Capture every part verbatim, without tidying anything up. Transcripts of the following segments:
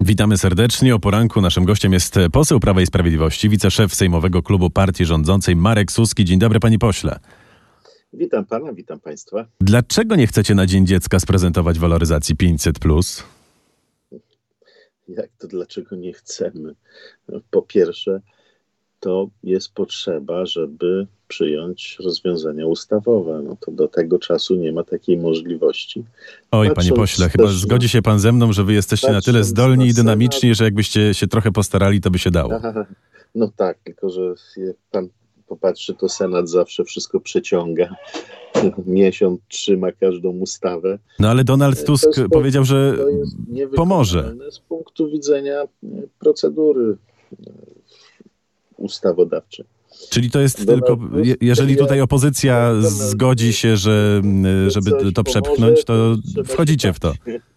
Witamy serdecznie. O poranku naszym gościem jest poseł Prawa i Sprawiedliwości, wiceszef Sejmowego Klubu Partii Rządzącej Marek Suski. Dzień dobry, panie pośle. Witam pana, witam państwa. Dlaczego nie chcecie na Dzień Dziecka sprezentować waloryzacji pięćset plus? Jak to dlaczego nie chcemy? Po pierwsze, to jest potrzeba, żeby przyjąć rozwiązania ustawowe. No to do tego czasu nie ma takiej możliwości. Oj, Patrząc panie pośle, chyba też zgodzi się pan ze mną, że wy jesteście na tyle zdolni i dynamiczni, że jakbyście się trochę postarali, to by się dało. Aha, no tak, tylko że jak pan popatrzy, to Senat zawsze wszystko przeciąga. Miesiąc trzyma każdą ustawę. No ale Donald Tusk to jest, powiedział, że to jest pomoże. z punktu widzenia procedury ustawodawczej. Czyli to jest Donald tylko, Tusk, jeżeli tutaj opozycja Donald zgodzi się, że żeby to przepchnąć, to wchodzicie w to.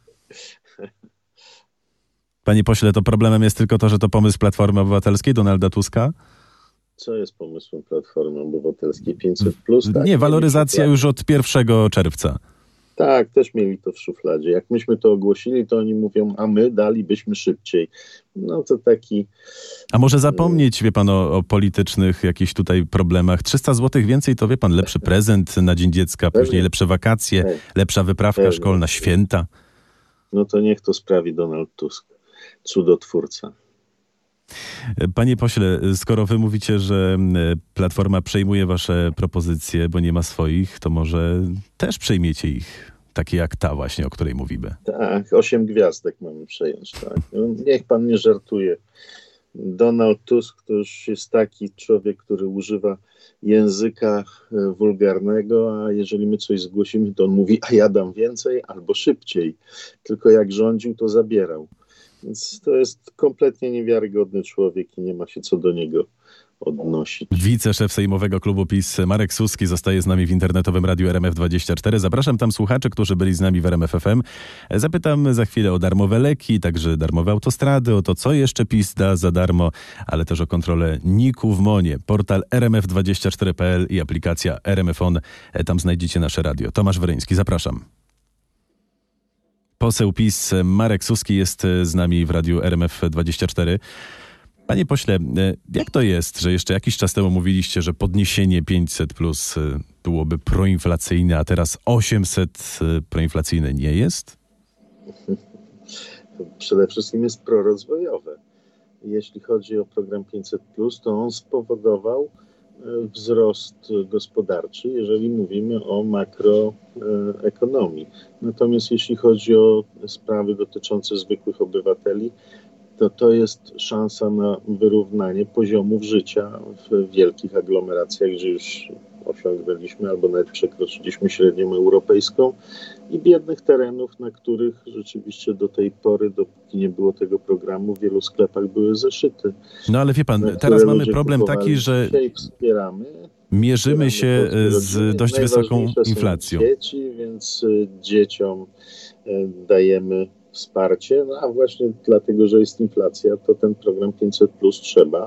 Panie pośle, to problemem jest tylko to, że to pomysł Platformy Obywatelskiej, Donalda Tuska? Co jest pomysłem Platformy Obywatelskiej? pięćset plus? Tak, nie, waloryzacja już od pierwszego czerwca. Tak, też mieli to w szufladzie. Jak myśmy to ogłosili, to oni mówią, a my dalibyśmy szybciej. No to taki... A może zapomnieć, wie pan, o, o politycznych jakichś tutaj problemach. trzysta złotych więcej to, wie pan, lepszy prezent na Dzień Dziecka, później lepsze wakacje, lepsza wyprawka szkolna, święta. No to niech to sprawi Donald Tusk, cudotwórca. Panie pośle, skoro wy mówicie, że Platforma przejmuje wasze propozycje, bo nie ma swoich, to może też przejmiecie ich, takie jak ta właśnie, o której mówimy. Tak, osiem gwiazdek mamy przejąć. Tak. No, niech pan nie żartuje. Donald Tusk to już jest taki człowiek, który używa języka wulgarnego, a jeżeli my coś zgłosimy, to on mówi, a ja dam więcej albo szybciej. Tylko jak rządził, to zabierał. Więc to jest kompletnie niewiarygodny człowiek i nie ma się co do niego odnosić. Wiceszef Sejmowego Klubu PiS Marek Suski zostaje z nami w internetowym radiu R M F dwadzieścia cztery. Zapraszam tam słuchaczy, którzy byli z nami w R M F F M. Zapytam za chwilę o darmowe leki, także darmowe autostrady, o to, co jeszcze PiS da za darmo, ale też o kontrolę niku w Monie. Portal R M F dwadzieścia cztery kropka p l i aplikacja R M F on. Tam znajdziecie nasze radio. Tomasz Weryński, zapraszam. Poseł PiS Marek Suski jest z nami w radiu R M F dwadzieścia cztery. Panie pośle, jak to jest, że jeszcze jakiś czas temu mówiliście, że podniesienie pięćset plus byłoby proinflacyjne, a teraz osiemset proinflacyjne nie jest? Przede wszystkim jest prorozwojowe. Jeśli chodzi o program pięćset plus, to on spowodował wzrost gospodarczy, jeżeli mówimy o makroekonomii. Natomiast jeśli chodzi o sprawy dotyczące zwykłych obywateli, to to jest szansa na wyrównanie poziomów życia w wielkich aglomeracjach, gdzie już osiągnęliśmy albo nawet przekroczyliśmy średnią europejską, i biednych terenów, na których rzeczywiście do tej pory, dopóki nie było tego programu, w wielu sklepach były zeszyty. No ale wie pan, teraz mamy problem taki, że wspieramy, mierzymy się z dość wysoką inflacją. Dzieci, więc dzieciom dajemy wsparcie, no a właśnie dlatego, że jest inflacja, to ten program pięćset plus trzeba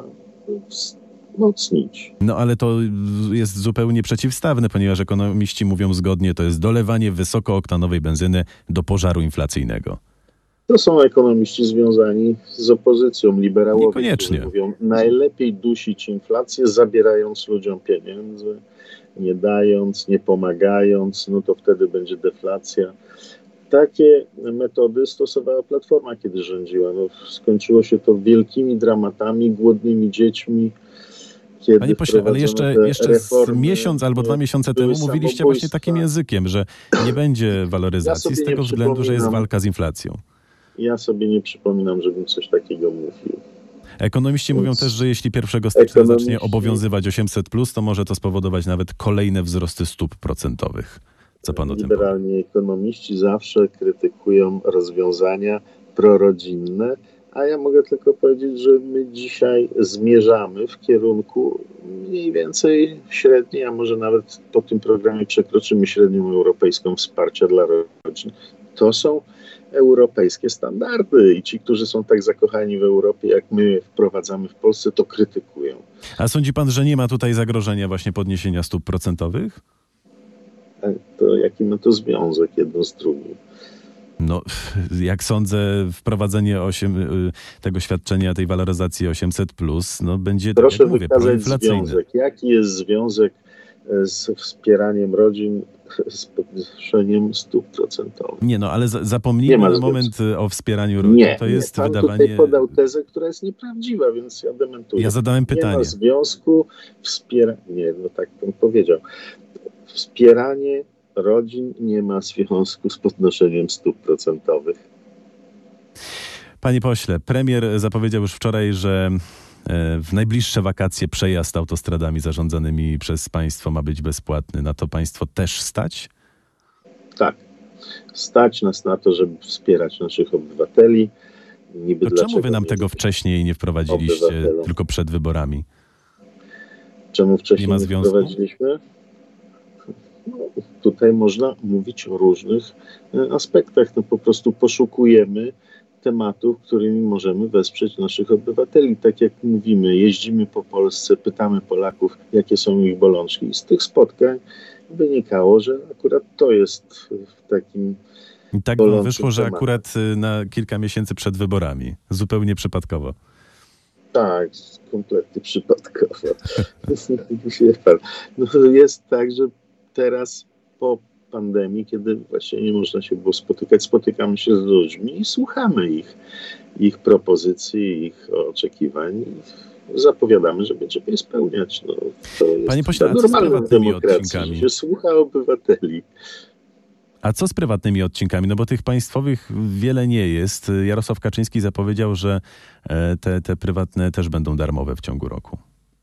wzmocnić. No ale to jest zupełnie przeciwstawne, ponieważ ekonomiści mówią zgodnie, to jest dolewanie wysokooktanowej benzyny do pożaru inflacyjnego. To są ekonomiści związani z opozycją, liberałowie, Niekoniecznie. którzy mówią, najlepiej dusić inflację, zabierając ludziom pieniądze, nie dając, nie pomagając, no to wtedy będzie deflacja. Takie metody stosowała Platforma, kiedy rządziła. No, skończyło się to wielkimi dramatami, głodnymi dziećmi. Kiedy Panie pośle, ale jeszcze, jeszcze z miesiąc albo dwa miesiące temu mówiliście właśnie takim językiem, że nie będzie waloryzacji ja z tego względu, że jest walka z inflacją. Ja sobie nie przypominam, żebym coś takiego mówił. Ekonomiści Więc mówią też, że jeśli pierwszego stycznia zacznie obowiązywać osiemset plus, to może to spowodować nawet kolejne wzrosty stóp procentowych. Co pan o tym powie? Liberalni ekonomiści zawsze krytykują rozwiązania prorodzinne, a ja mogę tylko powiedzieć, że my dzisiaj zmierzamy w kierunku mniej więcej średniej, a może nawet po tym programie przekroczymy średnią europejską wsparcia dla rodzin. To są europejskie standardy i ci, którzy są tak zakochani w Europie, jak my wprowadzamy w Polsce, to krytykują. A sądzi pan, że nie ma tutaj zagrożenia właśnie podniesienia stóp procentowych? To jaki ma to związek jedno z drugim? no, jak sądzę, wprowadzenie osiem, tego świadczenia, tej waloryzacji osiemset plus, no będzie, tak Proszę jak mówię, wykazać proinflacyjny. związek. Jaki jest związek z wspieraniem rodzin z podnoszeniem stóp procentowych? Nie, no ale za, zapomnijmy na związku. moment o wspieraniu rodzin. Nie, to jest nie. Pan wydawanie... tutaj podał tezę, która jest nieprawdziwa, więc ja dementuję. Ja zadałem Nie pytanie. ma związku wspierania... Nie, no tak pan powiedział. Wspieranie rodzin nie ma związku z podnoszeniem stóp procentowych. Panie pośle, premier zapowiedział już wczoraj, że w najbliższe wakacje przejazd autostradami zarządzanymi przez państwo ma być bezpłatny. Na to państwo też stać? Tak. Stać nas na to, żeby wspierać naszych obywateli. Niby to czemu wy nam nie tego wcześniej nie wprowadziliście, obywatelom? tylko przed wyborami? Czemu wcześniej nie, ma nie związku? wprowadziliśmy? No, tutaj można mówić o różnych aspektach. No, po prostu poszukujemy tematów, którymi możemy wesprzeć naszych obywateli. Tak jak mówimy, jeździmy po Polsce, pytamy Polaków, jakie są ich bolączki. I z tych spotkań wynikało, że akurat to jest w takim I tak wam wyszło, że tematem. Akurat na kilka miesięcy przed wyborami. Zupełnie przypadkowo. Tak, kompletnie przypadkowo. Wie pan, no, jest tak, że teraz po pandemii, kiedy właśnie nie można się było spotykać, spotykamy się z ludźmi i słuchamy ich, ich propozycji, ich oczekiwań i zapowiadamy, że będziemy je spełniać. No, to jest Panie pośle, a co z prywatnymi odcinkami? Że się słucha obywateli. A co z prywatnymi odcinkami? No bo tych państwowych wiele nie jest. Jarosław Kaczyński zapowiedział, że te, te prywatne też będą darmowe w ciągu roku.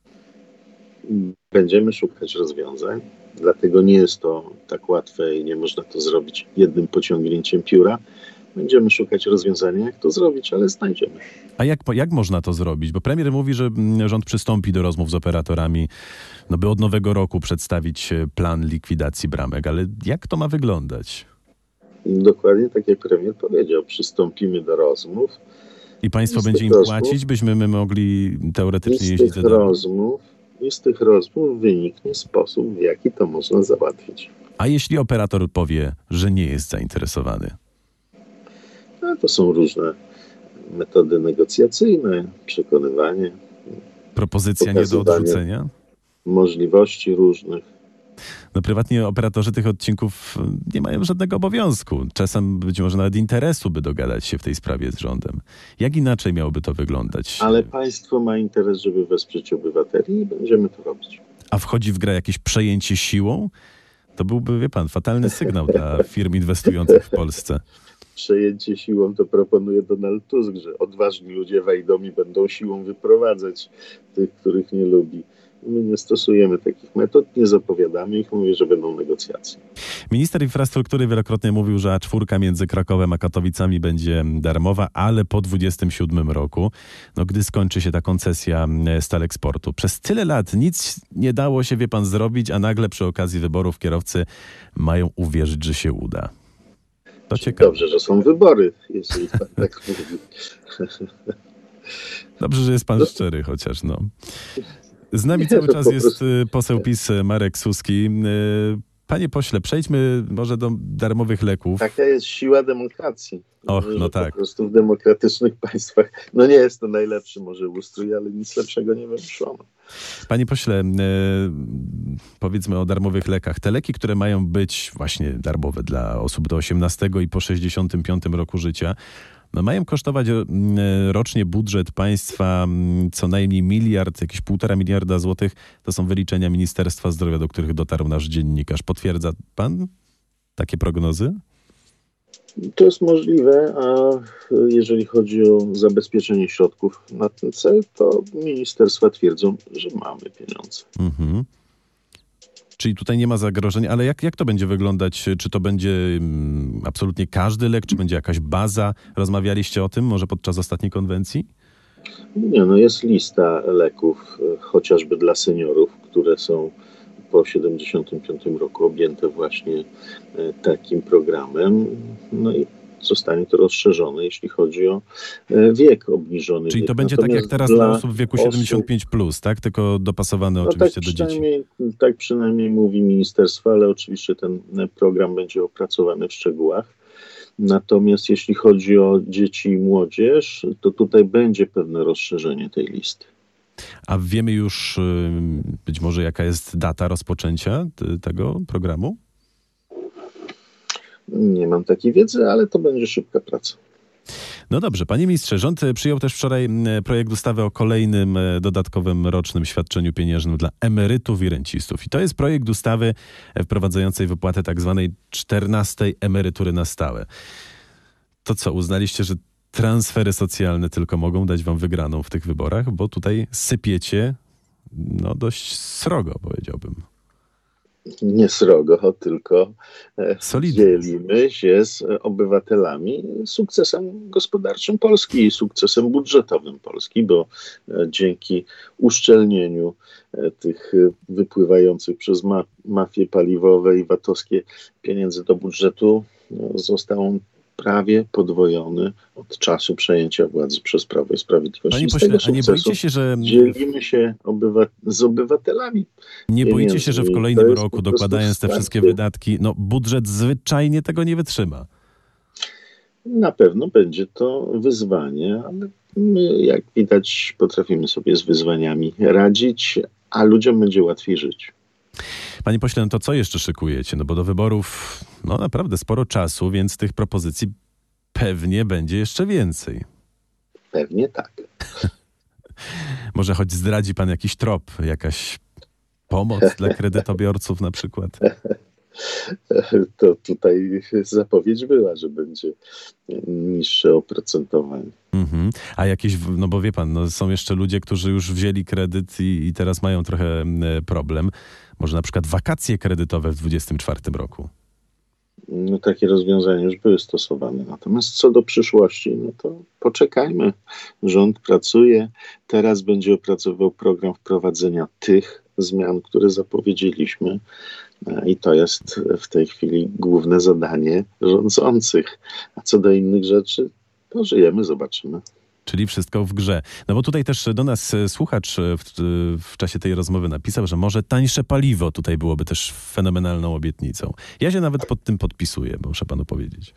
Będziemy szukać rozwiązań, dlatego nie jest to tak łatwe i nie można to zrobić jednym pociągnięciem pióra. Będziemy szukać rozwiązania, jak to zrobić, ale znajdziemy. A jak, jak można to zrobić? Bo premier mówi, że rząd przystąpi do rozmów z operatorami, no by od nowego roku przedstawić plan likwidacji bramek. Ale jak to ma wyglądać? Dokładnie tak jak premier powiedział. Przystąpimy do rozmów. I państwo I będzie im rozmów, płacić, byśmy my mogli teoretycznie jeździć do rozmów I z tych rozmów wyniknie sposób, w jaki to można załatwić. A jeśli operator powie, że nie jest zainteresowany? No, to są różne metody negocjacyjne, przekonywanie. Propozycja nie do odrzucenia? Możliwości różnych. No prywatni operatorzy tych odcinków nie mają żadnego obowiązku. Czasem być może nawet interesu, by dogadać się w tej sprawie z rządem. Jak inaczej miałoby to wyglądać? Ale państwo ma interes, żeby wesprzeć obywateli i będziemy to robić. A wchodzi w grę jakieś przejęcie siłą? To byłby, wie pan, fatalny sygnał dla firm inwestujących w Polsce. Przejęcie siłą to proponuje Donald Tusk, że odważni ludzie wejdą i będą siłą wyprowadzać tych, których nie lubi. My nie stosujemy takich metod, nie zapowiadamy ich, mówię, że będą negocjacje. Minister infrastruktury wielokrotnie mówił, że A cztery między Krakowem a Katowicami będzie darmowa, ale po dwudziestym siódmym roku, no gdy skończy się ta koncesja Staleksportu. Przez tyle lat nic nie dało się, wie pan, zrobić, a nagle przy okazji wyborów kierowcy mają uwierzyć, że się uda. To ciekawe. Dobrze, że są wybory, jeśli pan tak mówi. Dobrze, że jest pan szczery chociaż, no. Z nami cały czas jest poseł PiS Marek Suski. Panie pośle, przejdźmy może do darmowych leków. Taka jest siła demokracji. Och, no że tak. Po prostu w demokratycznych państwach, no nie jest to najlepszy może ustrój, ale nic lepszego nie wymyślono. Panie pośle, e, powiedzmy o darmowych lekach. Te leki, które mają być właśnie darmowe dla osób do osiemnastego i po sześćdziesiątym piątym roku życia, no mają kosztować rocznie budżet państwa co najmniej miliard, jakieś półtora miliarda złotych. To są wyliczenia Ministerstwa Zdrowia, do których dotarł nasz dziennikarz. Potwierdza pan takie prognozy? To jest możliwe, a jeżeli chodzi o zabezpieczenie środków na ten cel, to ministerstwa twierdzą, że mamy pieniądze. Mhm. Czyli tutaj nie ma zagrożeń, ale jak, jak to będzie wyglądać? Czy to będzie mm, absolutnie każdy lek, czy będzie jakaś baza? Rozmawialiście o tym może podczas ostatniej konwencji? Nie, no jest lista leków, chociażby dla seniorów, które są po siedemdziesiątym piątym roku objęte właśnie takim programem. No i zostanie to rozszerzone, jeśli chodzi o wiek obniżony. Czyli wiek. to będzie Natomiast tak jak teraz dla osób w wieku siedemdziesiąt pięć plus, tak? Tylko dopasowane no oczywiście tak do dzieci. Tak przynajmniej mówi ministerstwo, ale oczywiście ten program będzie opracowany w szczegółach. Natomiast jeśli chodzi o dzieci i młodzież, to tutaj będzie pewne rozszerzenie tej listy. A wiemy już y, być może jaka jest data rozpoczęcia t- tego programu? Nie mam takiej wiedzy, ale to będzie szybka praca. No dobrze, panie ministrze, rząd przyjął też wczoraj projekt ustawy o kolejnym dodatkowym rocznym świadczeniu pieniężnym dla emerytów i rencistów. I to jest projekt ustawy wprowadzającej wypłatę tak zwanej czternastej emerytury na stałe. To co, uznaliście, że transfery socjalne tylko mogą dać wam wygraną w tych wyborach? Bo tutaj sypiecie no dość srogo, powiedziałbym. Nie srogo, tylko Solidnie. dzielimy się z obywatelami sukcesem gospodarczym Polski i sukcesem budżetowym Polski, bo dzięki uszczelnieniu tych wypływających przez ma- mafie paliwowe i VAT-owskie pieniędzy do budżetu został on prawie podwojony od czasu przejęcia władzy przez Prawo i Sprawiedliwość. Panie I z pośle, tego a nie sukcesu boicie się, że dzielimy się obywa- z obywatelami. nie boicie się, że w pieniędzmi. kolejnym To jest roku, po prostu dokładając te wsparcie. wszystkie wydatki, no budżet zwyczajnie tego nie wytrzyma? Na pewno będzie to wyzwanie, ale my, jak widać, potrafimy sobie z wyzwaniami radzić, a ludziom będzie łatwiej żyć. Panie pośle, no to co jeszcze szykujecie? No bo do wyborów no naprawdę sporo czasu, więc tych propozycji pewnie będzie jeszcze więcej. Pewnie tak. Może choć zdradzi pan jakiś trop, jakaś pomoc dla kredytobiorców na przykład? To tutaj zapowiedź była, że będzie niższe oprocentowanie. Mhm. A jakieś, no bo wie pan, no są jeszcze ludzie, którzy już wzięli kredyt i, i teraz mają trochę e, problem. Może na przykład wakacje kredytowe w dwudziestym czwartym roku? No, takie rozwiązania już były stosowane. Natomiast co do przyszłości, no to poczekajmy. Rząd pracuje. Teraz będzie opracowywał program wprowadzenia tych zmian, które zapowiedzieliśmy. I to jest w tej chwili główne zadanie rządzących. A co do innych rzeczy, pożyjemy, zobaczymy. Czyli wszystko w grze. No bo tutaj też do nas słuchacz w, w czasie tej rozmowy napisał, że może tańsze paliwo tutaj byłoby też fenomenalną obietnicą. Ja się nawet pod tym podpisuję, muszę panu powiedzieć.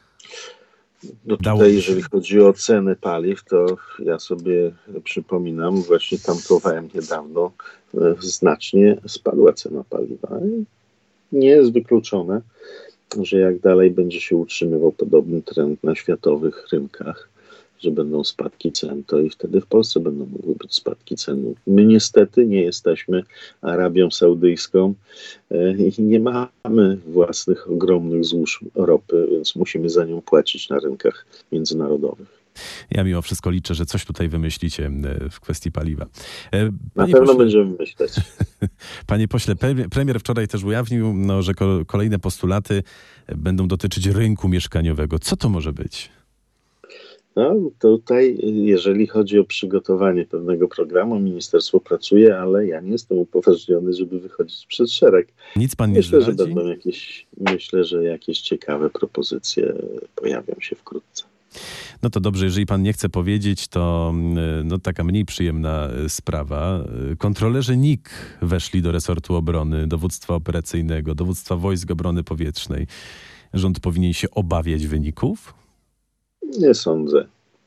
No Dało tutaj, się. jeżeli chodzi o ceny paliw, to ja sobie przypominam, właśnie tankowałem niedawno, e, znacznie spadła cena paliwa. I nie jest wykluczone, że jak dalej będzie się utrzymywał podobny trend na światowych rynkach, że będą spadki cen, to i wtedy w Polsce będą mogły być spadki cen. My niestety nie jesteśmy Arabią Saudyjską e, i nie mamy własnych ogromnych złóż ropy, więc musimy za nią płacić na rynkach międzynarodowych. Ja mimo wszystko liczę, że coś tutaj wymyślicie e, w kwestii paliwa. E, Na panie pewno pośle- będziemy myśleć. Panie pośle, pre- premier wczoraj też ujawnił, no, że ko- kolejne postulaty będą dotyczyć rynku mieszkaniowego. Co to może być? No, tutaj, jeżeli chodzi o przygotowanie pewnego programu, ministerstwo pracuje, ale ja nie jestem upoważniony, żeby wychodzić przed szereg. Nic pan nie Myślę, że zdradzi? będą jakieś, myślę, że jakieś ciekawe propozycje pojawią się wkrótce. No to dobrze, jeżeli pan nie chce powiedzieć, to y, no, taka mniej przyjemna y, sprawa. Y, Kontrolerzy N I K weszli do resortu obrony, dowództwa operacyjnego, dowództwa wojsk obrony powietrznej. Rząd powinien się obawiać wyników? Nie sądzę.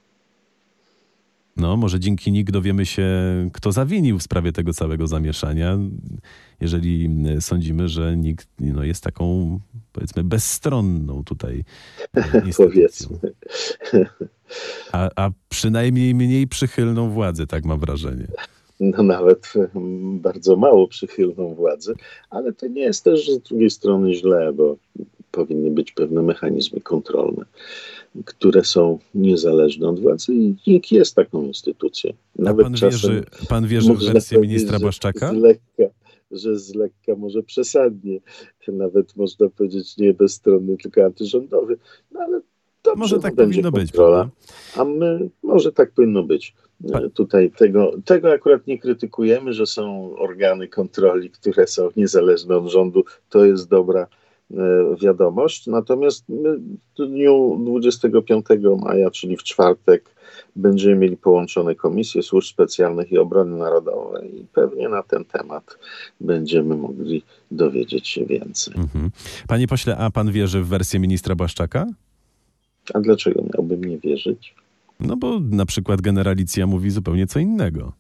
No, może dzięki N I K dowiemy się, kto zawinił w sprawie tego całego zamieszania, jeżeli y, sądzimy, że N I K no, jest taką, powiedzmy, bezstronną tutaj y, instytucją. Powiedzmy. A, a przynajmniej mniej przychylną władzę, tak mam wrażenie. No nawet mm, bardzo mało przychylną władzę, ale to nie jest też z drugiej strony źle, bo powinny być pewne mechanizmy kontrolne, które są niezależne od władzy i N I K jest taką instytucją. A Nawet pan czasem wierzy, pan wierzy w można wersję powiedzieć, ministra że Błaszczaka? Z lekka, że z lekka, może przesadnie, nawet można powiedzieć nie bezstronny, tylko antyrządowy, no ale dobrze, Może tak będzie powinno być, kontrola, prawda? a my, może tak powinno być. Pa- Tutaj tego, tego akurat nie krytykujemy, że są organy kontroli, które są niezależne od rządu, to jest dobra e, wiadomość. Natomiast my w dniu dwudziestego piątego maja, czyli w czwartek, będziemy mieli połączone komisje służb specjalnych i obrony narodowej i pewnie na ten temat będziemy mogli dowiedzieć się więcej. Mhm. Panie pośle, a pan wierzy w wersję ministra Błaszczaka? A dlaczego miałbym nie wierzyć? No bo na przykład generalicja mówi zupełnie co innego.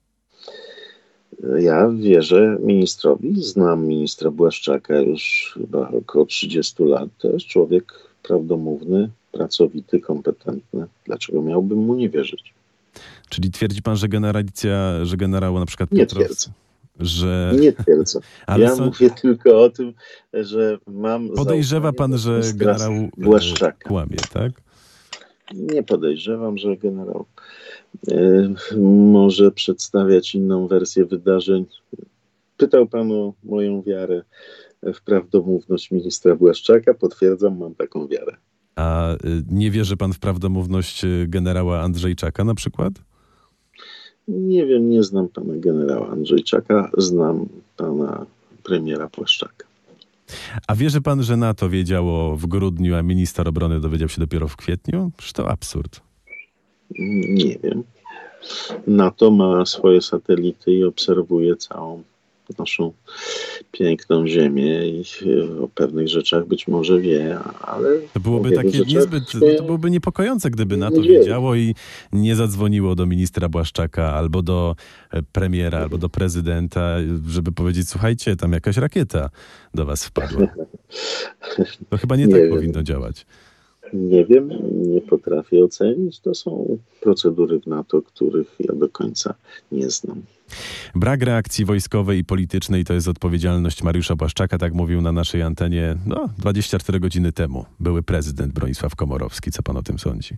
Ja wierzę ministrowi, znam ministra Błaszczaka już chyba około trzydziestu lat. To jest człowiek prawdomówny, pracowity, kompetentny. Dlaczego miałbym mu nie wierzyć? Czyli twierdzi pan, że generalicja, że generał na przykład Nie Piotrowski, twierdzę. że... Nie twierdzę. Ale ja są... mówię tylko o tym, że mam Podejrzewa pan, że generał Błaszczaka. kłamie, tak? Nie podejrzewam, że generał y, może przedstawiać inną wersję wydarzeń. Pytał pan o moją wiarę w prawdomówność ministra Błaszczaka. Potwierdzam, mam taką wiarę. A y, nie wierzy pan w prawdomówność generała Andrzejczaka na przykład? Nie wiem, nie znam pana generała Andrzejczaka, znam pana premiera Błaszczaka. A wierzy pan, że NATO wiedziało w grudniu, a minister obrony dowiedział się dopiero w kwietniu? Przecież to absurd. Nie wiem. NATO ma swoje satelity i obserwuje całą naszą piękną ziemię i o pewnych rzeczach być może wie, ale... To byłoby takie niezbyt, to byłoby niepokojące, gdyby NATO wiedziało i nie zadzwoniło do ministra Błaszczaka albo do premiera, albo do prezydenta, żeby powiedzieć, słuchajcie, tam jakaś rakieta do was wpadła. To chyba nie, nie tak wiem. Powinno działać. Nie wiem, nie potrafię ocenić. To są procedury w NATO, których ja do końca nie znam. Brak reakcji wojskowej i politycznej to jest odpowiedzialność Mariusza Błaszczaka, tak mówił na naszej antenie no, dwadzieścia cztery godziny temu były prezydent Bronisław Komorowski. Co pan o tym sądzi?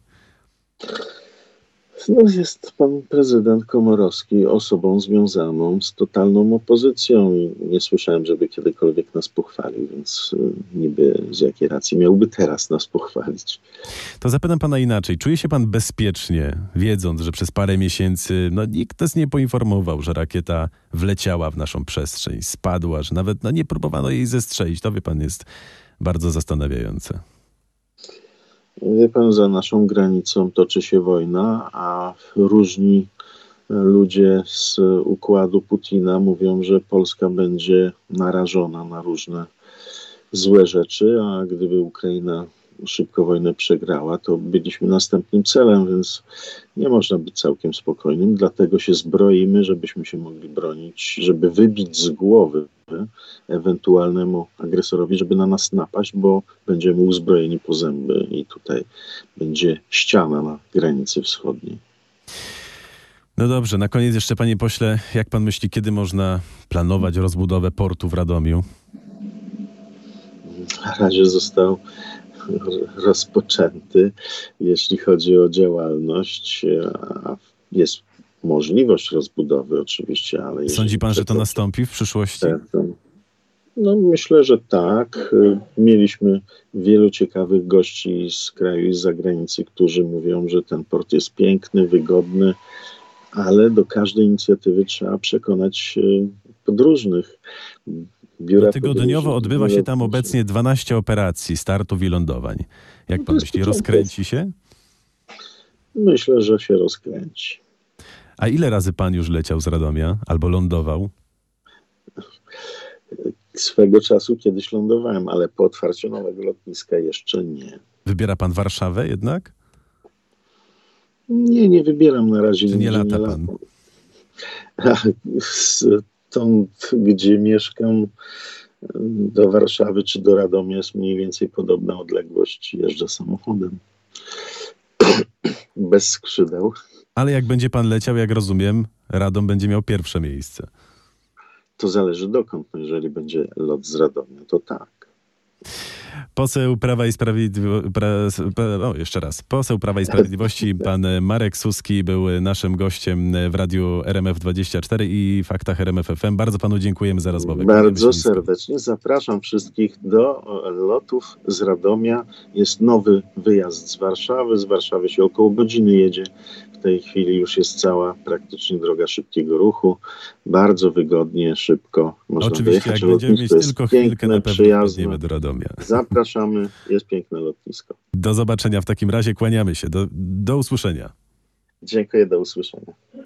No, jest pan prezydent Komorowski osobą związaną z totalną opozycją i nie słyszałem, żeby kiedykolwiek nas pochwalił, więc niby z jakiej racji miałby teraz nas pochwalić. To zapytam pana inaczej. Czuje się pan bezpiecznie, wiedząc, że przez parę miesięcy no, nikt nas nie poinformował, że rakieta wleciała w naszą przestrzeń, spadła, że nawet no, nie próbowano jej zestrzelić. To, wie pan, jest bardzo zastanawiające. Wie pan, za naszą granicą toczy się wojna, a różni ludzie z układu Putina mówią, że Polska będzie narażona na różne złe rzeczy, a gdyby Ukraina szybko wojnę przegrała, to byliśmy następnym celem, więc nie można być całkiem spokojnym. Dlatego się zbroimy, żebyśmy się mogli bronić, żeby wybić z głowy ewentualnemu agresorowi, żeby na nas napaść, bo będziemy uzbrojeni po zęby i tutaj będzie ściana na granicy wschodniej. No dobrze, na koniec jeszcze, panie pośle, jak pan myśli, kiedy można planować rozbudowę portu w Radomiu? Na razie został rozpoczęty, jeśli chodzi o działalność, a jest możliwość rozbudowy oczywiście, ale... Sądzi pan, że to nastąpi w przyszłości? No myślę, że tak. Mieliśmy wielu ciekawych gości z kraju i z zagranicy, którzy mówią, że ten port jest piękny, wygodny, ale do każdej inicjatywy trzeba przekonać podróżnych. Biura Tygodniowo odbywa się tam obecnie dwanaście operacji, startów i lądowań. Jak pan myśli, rozkręci się? Myślę, że się rozkręci. A ile razy pan już leciał z Radomia albo lądował? Swego czasu kiedyś lądowałem, ale po otwarciu nowego lotniska jeszcze nie. Wybiera pan Warszawę jednak? Nie, nie wybieram na razie. Czy nie lata pan? Stąd, gdzie mieszkam, do Warszawy czy do Radomia jest mniej więcej podobna odległość. Jeżdżę samochodem. Bez skrzydeł. Ale jak będzie pan leciał, jak rozumiem, Radom będzie miał pierwsze miejsce. To zależy dokąd. No jeżeli będzie lot z Radomia, to tak. Poseł Prawa i Sprawiedliwości, pra, o, jeszcze raz, poseł Prawa i Sprawiedliwości, pan Marek Suski był naszym gościem w radiu R M F dwadzieścia cztery i Faktach R M F F M. Bardzo panu dziękujemy za rozmowę. Bardzo serdecznie zapraszam wszystkich do lotów z Radomia. Jest nowy wyjazd z Warszawy. Z Warszawy się około godziny jedzie. W tej chwili już jest cała praktycznie droga szybkiego ruchu. Bardzo wygodnie, szybko można Oczywiście, dojechać. Jak będziemy mieć tylko chwilkę, na pewno jedziemy do Radomia. Zapraszamy, jest piękne lotnisko. Do zobaczenia w takim razie, kłaniamy się. Do, do usłyszenia. Dziękuję, do usłyszenia.